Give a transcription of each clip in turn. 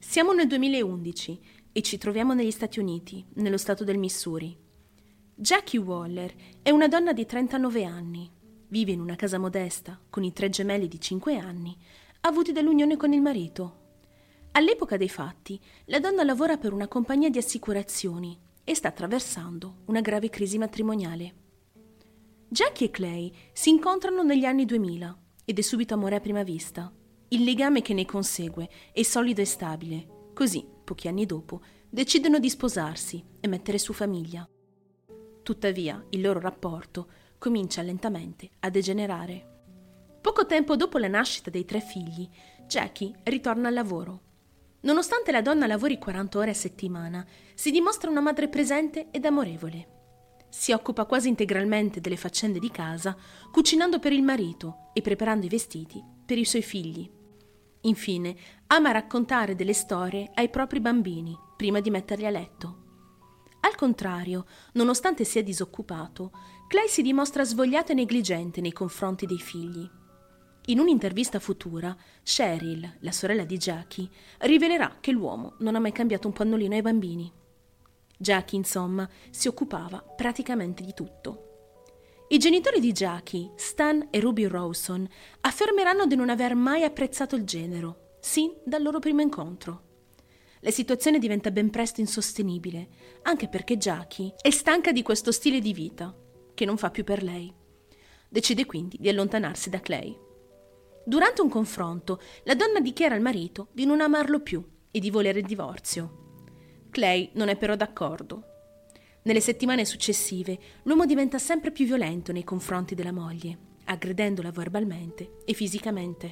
Siamo nel 2011 e ci troviamo negli Stati Uniti, nello stato del Missouri. Jackie Waller è una donna di 39 anni. Vive in una casa modesta con i 3 gemelli di 5 anni, avuti dall'unione con il marito. All'epoca dei fatti, la donna lavora per una compagnia di assicurazioni e sta attraversando una grave crisi matrimoniale. Jackie e Clay si incontrano negli anni 2000 ed è subito amore a prima vista. Il legame che ne consegue è solido e stabile. Così, pochi anni dopo, decidono di sposarsi e mettere su famiglia. Tuttavia, il loro rapporto comincia lentamente a degenerare. Poco tempo dopo la nascita dei 3 figli, Jackie ritorna al lavoro. Nonostante la donna lavori 40 ore a settimana, si dimostra una madre presente ed amorevole. Si occupa quasi integralmente delle faccende di casa, cucinando per il marito e preparando i vestiti per i suoi figli. Infine, ama raccontare delle storie ai propri bambini prima di metterli a letto. Al contrario, nonostante sia disoccupato, Clay si dimostra svogliato e negligente nei confronti dei figli. In un'intervista futura, Cheryl, la sorella di Jackie, rivelerà che l'uomo non ha mai cambiato un pannolino ai bambini. Jackie, insomma, si occupava praticamente di tutto. I genitori di Jackie, Stan e Ruby Rawson, affermeranno di non aver mai apprezzato il genero, sin dal loro primo incontro. La situazione diventa ben presto insostenibile, anche perché Jackie è stanca di questo stile di vita, che non fa più per lei. Decide quindi di allontanarsi da Clay. Durante un confronto, la donna dichiara al marito di non amarlo più e di volere il divorzio. Clay non è però d'accordo. Nelle settimane successive, l'uomo diventa sempre più violento nei confronti della moglie, aggredendola verbalmente e fisicamente.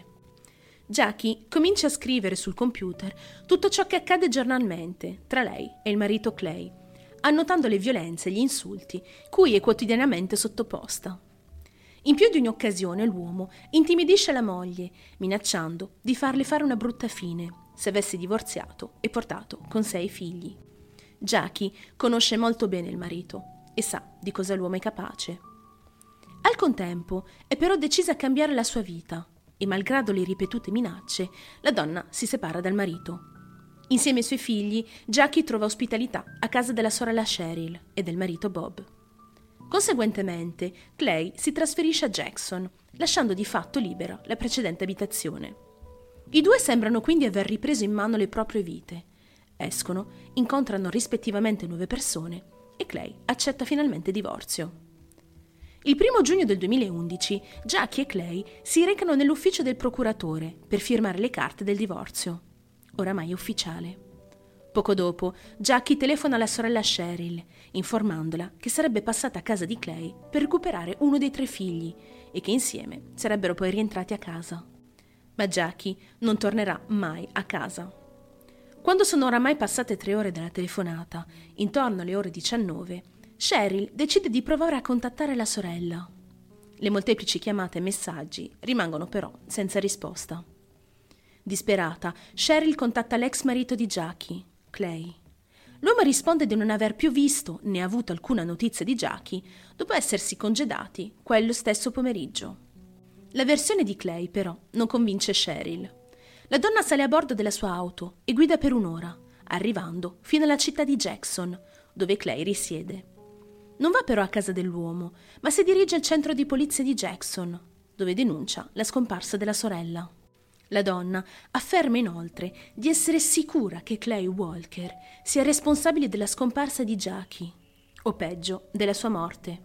Jackie comincia a scrivere sul computer tutto ciò che accade giornalmente tra lei e il marito Clay, annotando le violenze e gli insulti cui è quotidianamente sottoposta. In più di un'occasione l'uomo intimidisce la moglie, minacciando di farle fare una brutta fine se avesse divorziato e portato con sé i figli. Jackie conosce molto bene il marito e sa di cosa l'uomo è capace. Al contempo è però decisa a cambiare la sua vita e, malgrado le ripetute minacce, la donna si separa dal marito. Insieme ai suoi figli, Jackie trova ospitalità a casa della sorella Cheryl e del marito Bob. Conseguentemente, Clay si trasferisce a Jackson, lasciando di fatto libera la precedente abitazione. I due sembrano quindi aver ripreso in mano le proprie vite. Escono, incontrano rispettivamente nuove persone e Clay accetta finalmente divorzio. Il 1 giugno del 2011, Jackie e Clay si recano nell'ufficio del procuratore per firmare le carte del divorzio. Oramai è ufficiale. Poco dopo, Jackie telefona alla sorella Cheryl, informandola che sarebbe passata a casa di Clay per recuperare uno dei 3 figli e che insieme sarebbero poi rientrati a casa. Ma Jackie non tornerà mai a casa. Quando sono oramai passate 3 ore dalla telefonata, intorno alle ore 19, Cheryl decide di provare a contattare la sorella. Le molteplici chiamate e messaggi rimangono però senza risposta. Disperata, Cheryl contatta l'ex marito di Jackie, Clay. L'uomo risponde di non aver più visto né avuto alcuna notizia di Jackie dopo essersi congedati quello stesso pomeriggio. La versione di Clay però non convince Cheryl. La donna sale a bordo della sua auto e guida per un'ora, arrivando fino alla città di Jackson, dove Clay risiede. Non va però a casa dell'uomo, ma si dirige al centro di polizia di Jackson, dove denuncia la scomparsa della sorella. La donna afferma inoltre di essere sicura che Clay Walker sia responsabile della scomparsa di Jackie, o peggio, della sua morte.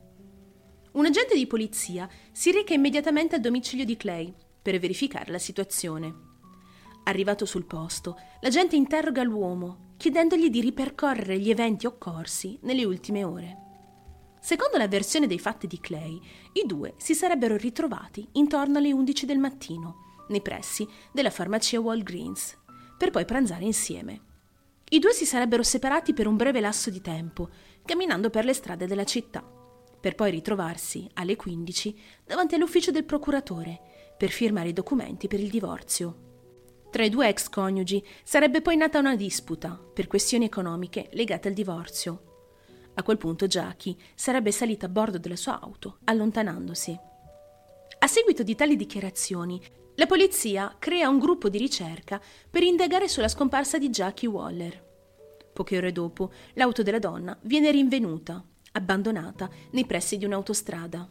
Un agente di polizia si reca immediatamente al domicilio di Clay per verificare la situazione. Arrivato sul posto, l'agente interroga l'uomo, chiedendogli di ripercorrere gli eventi occorsi nelle ultime ore. Secondo la versione dei fatti di Clay, i due si sarebbero ritrovati intorno alle 11 del mattino, nei pressi della farmacia Walgreens, per poi pranzare insieme. I due si sarebbero separati per un breve lasso di tempo, camminando per le strade della città, per poi ritrovarsi alle 15 davanti all'ufficio del procuratore per firmare i documenti per il divorzio. Tra i 2 ex coniugi sarebbe poi nata una disputa per questioni economiche legate al divorzio. A quel punto Jackie sarebbe salita a bordo della sua auto, allontanandosi. A seguito di tali dichiarazioni, La polizia crea un gruppo di ricerca per indagare sulla scomparsa di Jackie Waller. Poche ore dopo, l'auto della donna viene rinvenuta, abbandonata nei pressi di un'autostrada.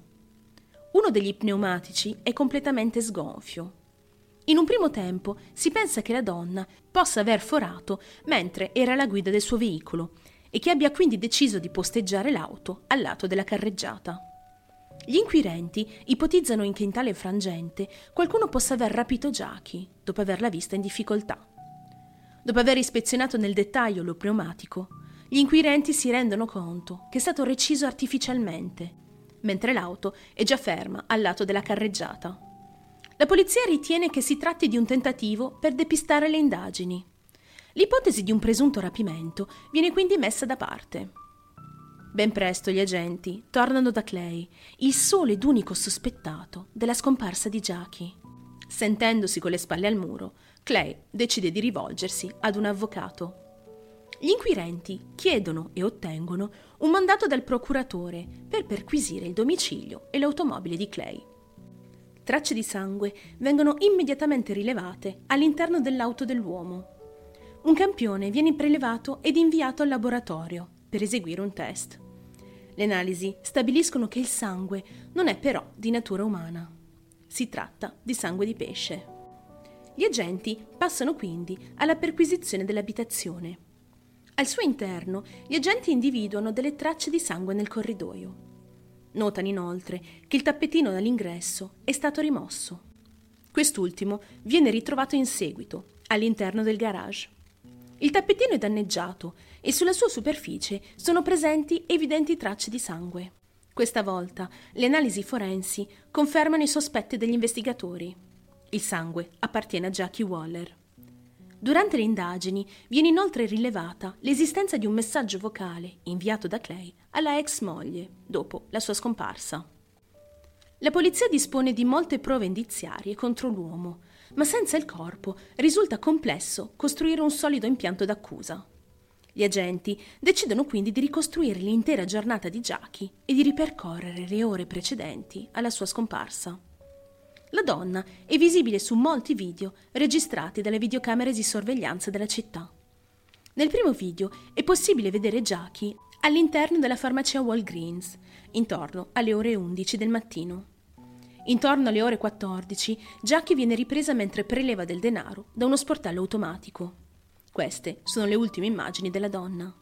Uno degli pneumatici è completamente sgonfio. In un primo tempo si pensa che la donna possa aver forato mentre era alla guida del suo veicolo e che abbia quindi deciso di posteggiare l'auto al lato della carreggiata. Gli inquirenti ipotizzano che in tale frangente qualcuno possa aver rapito Jackie dopo averla vista in difficoltà. Dopo aver ispezionato nel dettaglio lo pneumatico, gli inquirenti si rendono conto che è stato reciso artificialmente, mentre l'auto è già ferma al lato della carreggiata. La polizia ritiene che si tratti di un tentativo per depistare le indagini. L'ipotesi di un presunto rapimento viene quindi messa da parte. Ben presto gli agenti tornano da Clay, il solo ed unico sospettato della scomparsa di Jackie. Sentendosi con le spalle al muro, Clay decide di rivolgersi ad un avvocato. Gli inquirenti chiedono e ottengono un mandato dal procuratore per perquisire il domicilio e l'automobile di Clay. Tracce di sangue vengono immediatamente rilevate all'interno dell'auto dell'uomo. Un campione viene prelevato ed inviato al laboratorio per eseguire un test. Le analisi stabiliscono che il sangue non è però di natura umana. Si tratta di sangue di pesce. Gli agenti passano quindi alla perquisizione dell'abitazione. Al suo interno gli agenti individuano delle tracce di sangue nel corridoio. Notano inoltre che il tappetino dall'ingresso è stato rimosso. Quest'ultimo viene ritrovato in seguito all'interno del garage. Il tappetino è danneggiato e sulla sua superficie sono presenti evidenti tracce di sangue. Questa volta le analisi forensi confermano i sospetti degli investigatori. Il sangue appartiene a Jackie Waller. Durante le indagini viene inoltre rilevata l'esistenza di un messaggio vocale inviato da Clay alla ex moglie dopo la sua scomparsa. La polizia dispone di molte prove indiziarie contro l'uomo, ma senza il corpo risulta complesso costruire un solido impianto d'accusa. Gli agenti decidono quindi di ricostruire l'intera giornata di Jackie e di ripercorrere le ore precedenti alla sua scomparsa. La donna è visibile su molti video registrati dalle videocamere di sorveglianza della città. Nel primo video è possibile vedere Jackie all'interno della farmacia Walgreens, intorno alle ore 11 del mattino. Intorno alle ore 14, Jackie viene ripresa mentre preleva del denaro da uno sportello automatico. Queste sono le ultime immagini della donna.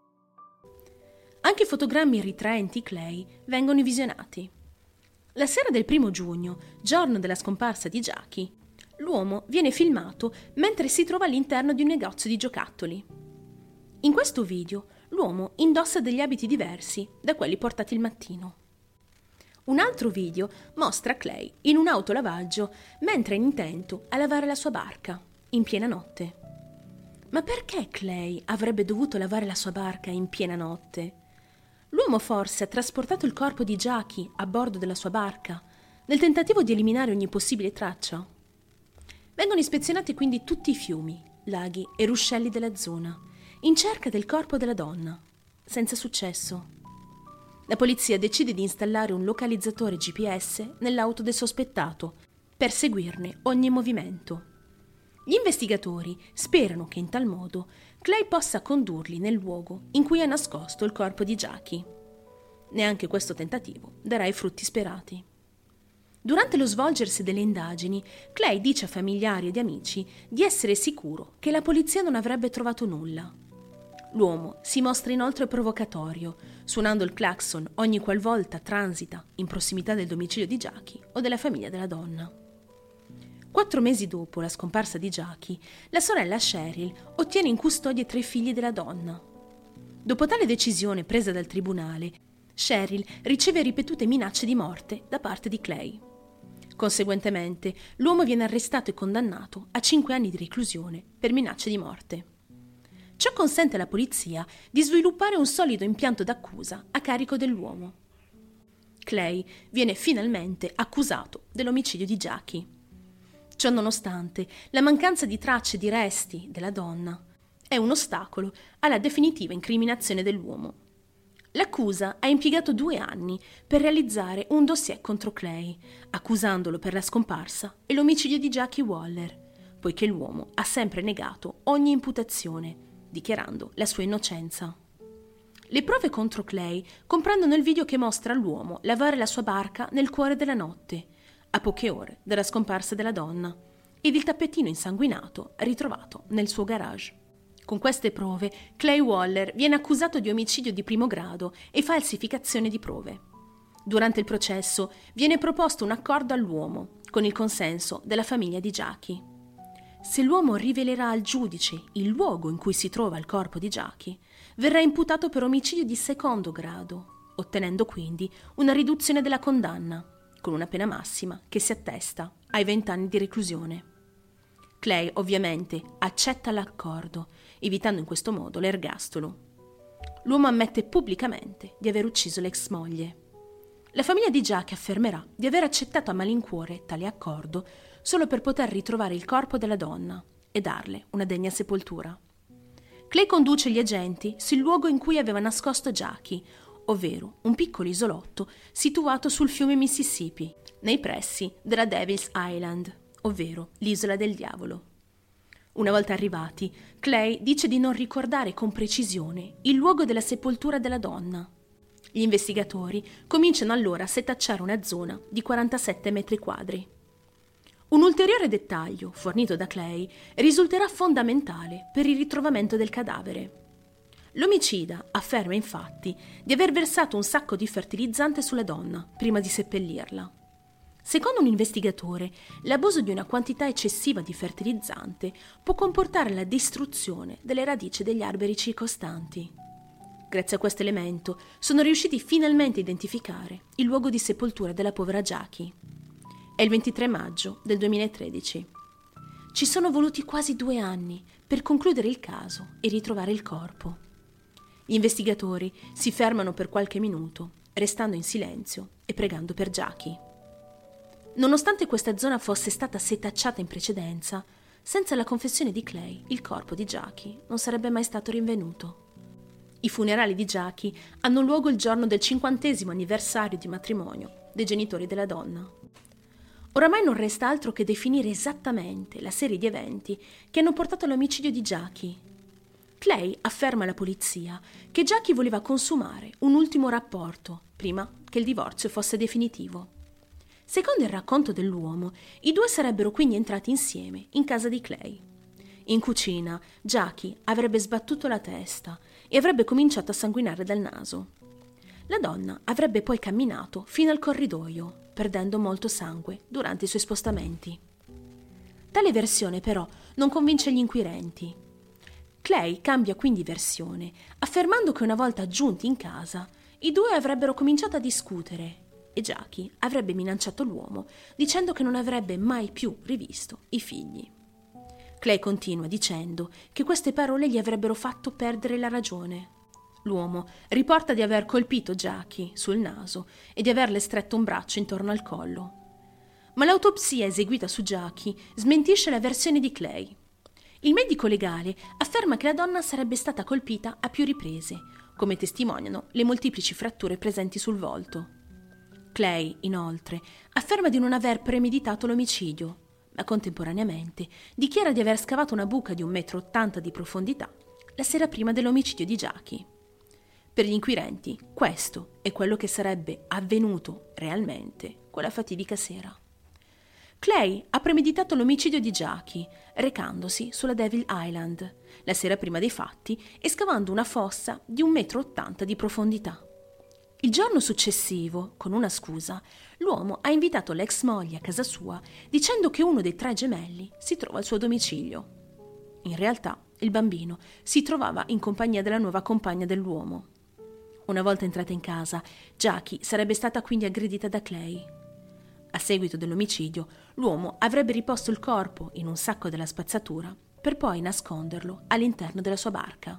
Anche fotogrammi ritraenti Clay vengono visionati. La sera del 1 giugno, giorno della scomparsa di Jackie, l'uomo viene filmato mentre si trova all'interno di un negozio di giocattoli. In questo video, l'uomo indossa degli abiti diversi da quelli portati il mattino. Un altro video mostra Clay in un autolavaggio mentre è intento a lavare la sua barca, in piena notte. Ma perché Clay avrebbe dovuto lavare la sua barca in piena notte? L'uomo forse ha trasportato il corpo di Jackie a bordo della sua barca, nel tentativo di eliminare ogni possibile traccia. Vengono ispezionati quindi tutti i fiumi, laghi e ruscelli della zona, in cerca del corpo della donna, senza successo. La polizia decide di installare un localizzatore GPS nell'auto del sospettato per seguirne ogni movimento. Gli investigatori sperano che in tal modo Clay possa condurli nel luogo in cui ha nascosto il corpo di Jackie. Neanche questo tentativo darà i frutti sperati. Durante lo svolgersi delle indagini, Clay dice a familiari ed amici di essere sicuro che la polizia non avrebbe trovato nulla. L'uomo si mostra inoltre provocatorio, suonando il clacson ogni qualvolta transita in prossimità del domicilio di Jackie o della famiglia della donna. 4 mesi dopo la scomparsa di Jackie, la sorella Cheryl ottiene in custodia 3 figli della donna. Dopo tale decisione presa dal tribunale, Cheryl riceve ripetute minacce di morte da parte di Clay. Conseguentemente, l'uomo viene arrestato e condannato a 5 anni di reclusione per minacce di morte. Ciò consente alla polizia di sviluppare un solido impianto d'accusa a carico dell'uomo. Clay viene finalmente accusato dell'omicidio di Jackie. Ciò nonostante, la mancanza di tracce di resti della donna è un ostacolo alla definitiva incriminazione dell'uomo. L'accusa ha impiegato 2 anni per realizzare un dossier contro Clay, accusandolo per la scomparsa e l'omicidio di Jackie Waller, poiché l'uomo ha sempre negato ogni imputazione, dichiarando la sua innocenza. Le prove contro Clay comprendono il video che mostra l'uomo lavare la sua barca nel cuore della notte, a poche ore dalla scomparsa della donna, ed il tappetino insanguinato ritrovato nel suo garage. Con queste prove, Clay Waller viene accusato di omicidio di primo grado e falsificazione di prove. Durante il processo viene proposto un accordo all'uomo, con il consenso della famiglia di Jackie. Se l'uomo rivelerà al giudice il luogo in cui si trova il corpo di Jackie, verrà imputato per omicidio di secondo grado, ottenendo quindi una riduzione della condanna, con una pena massima che si attesta ai 20 anni di reclusione. Clay ovviamente accetta l'accordo, evitando in questo modo l'ergastolo. L'uomo ammette pubblicamente di aver ucciso l'ex moglie. La famiglia di Jackie affermerà di aver accettato a malincuore tale accordo solo per poter ritrovare il corpo della donna e darle una degna sepoltura. Clay conduce gli agenti sul luogo in cui aveva nascosto Jackie, ovvero un piccolo isolotto situato sul fiume Mississippi, nei pressi della Devil's Island, ovvero l'isola del diavolo. Una volta arrivati, Clay dice di non ricordare con precisione il luogo della sepoltura della donna. Gli investigatori cominciano allora a setacciare una zona di 47 metri quadri. Un ulteriore dettaglio, fornito da Clay, risulterà fondamentale per il ritrovamento del cadavere. L'omicida afferma infatti di aver versato un sacco di fertilizzante sulla donna prima di seppellirla. Secondo un investigatore, l'abuso di una quantità eccessiva di fertilizzante può comportare la distruzione delle radici degli alberi circostanti. Grazie a questo elemento sono riusciti finalmente a identificare il luogo di sepoltura della povera Jackie. È il 23 maggio del 2013. Ci sono voluti quasi 2 anni per concludere il caso e ritrovare il corpo. Gli investigatori si fermano per qualche minuto, restando in silenzio e pregando per Jackie. Nonostante questa zona fosse stata setacciata in precedenza, senza la confessione di Clay, il corpo di Jackie non sarebbe mai stato rinvenuto. I funerali di Jackie hanno luogo il giorno del 50° anniversario di matrimonio dei genitori della donna. Oramai non resta altro che definire esattamente la serie di eventi che hanno portato all'omicidio di Jackie. Clay afferma alla polizia che Jackie voleva consumare un ultimo rapporto prima che il divorzio fosse definitivo. Secondo il racconto dell'uomo, i due sarebbero quindi entrati insieme in casa di Clay. In cucina, Jackie avrebbe sbattuto la testa e avrebbe cominciato a sanguinare dal naso. La donna avrebbe poi camminato fino al corridoio, perdendo molto sangue durante i suoi spostamenti. Tale versione però non convince gli inquirenti. Clay cambia quindi versione, affermando che una volta giunti in casa, i due avrebbero cominciato a discutere e Jackie avrebbe minacciato l'uomo dicendo che non avrebbe mai più rivisto i figli. Clay continua dicendo che queste parole gli avrebbero fatto perdere la ragione. L'uomo riporta di aver colpito Jackie sul naso e di averle stretto un braccio intorno al collo. Ma l'autopsia eseguita su Jackie smentisce la versione di Clay. Il medico legale afferma che la donna sarebbe stata colpita a più riprese, come testimoniano le molteplici fratture presenti sul volto. Clay, inoltre, afferma di non aver premeditato l'omicidio, ma contemporaneamente dichiara di aver scavato una buca di 1,80 m di profondità la sera prima dell'omicidio di Jackie. Per gli inquirenti, questo è quello che sarebbe avvenuto realmente quella fatidica sera. Clay ha premeditato l'omicidio di Jackie, recandosi sulla Devil Island la sera prima dei fatti e scavando una fossa di 1,80 m di profondità. Il giorno successivo, con una scusa, l'uomo ha invitato l'ex moglie a casa sua dicendo che uno dei 3 gemelli si trova al suo domicilio. In realtà, il bambino si trovava in compagnia della nuova compagna dell'uomo. Una volta entrata in casa, Jackie sarebbe stata quindi aggredita da Clay. A seguito dell'omicidio, l'uomo avrebbe riposto il corpo in un sacco della spazzatura per poi nasconderlo all'interno della sua barca.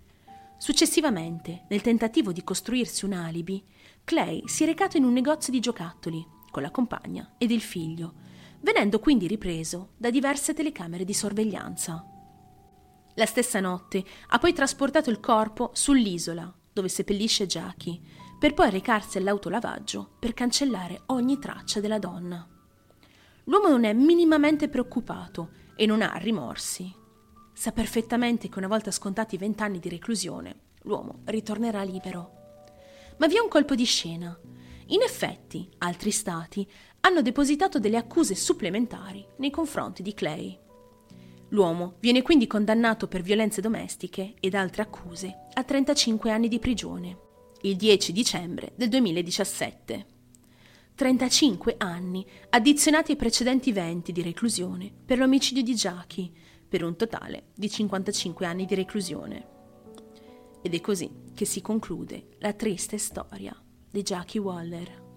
Successivamente, nel tentativo di costruirsi un alibi, Clay si è recato in un negozio di giocattoli con la compagna ed il figlio, venendo quindi ripreso da diverse telecamere di sorveglianza. La stessa notte ha poi trasportato il corpo sull'isola, dove seppellisce Jackie, per poi recarsi all'autolavaggio per cancellare ogni traccia della donna. L'uomo non è minimamente preoccupato e non ha rimorsi. Sa perfettamente che una volta scontati 20 anni di reclusione, l'uomo ritornerà libero. Ma vi è un colpo di scena. In effetti, altri stati hanno depositato delle accuse supplementari nei confronti di Clay. L'uomo viene quindi condannato per violenze domestiche ed altre accuse a 35 anni di prigione, il 10 dicembre del 2017. 35 anni addizionati ai precedenti 20 di reclusione per l'omicidio di Jackie, per un totale di 55 anni di reclusione. Ed è così che si conclude la triste storia di Jackie Waller.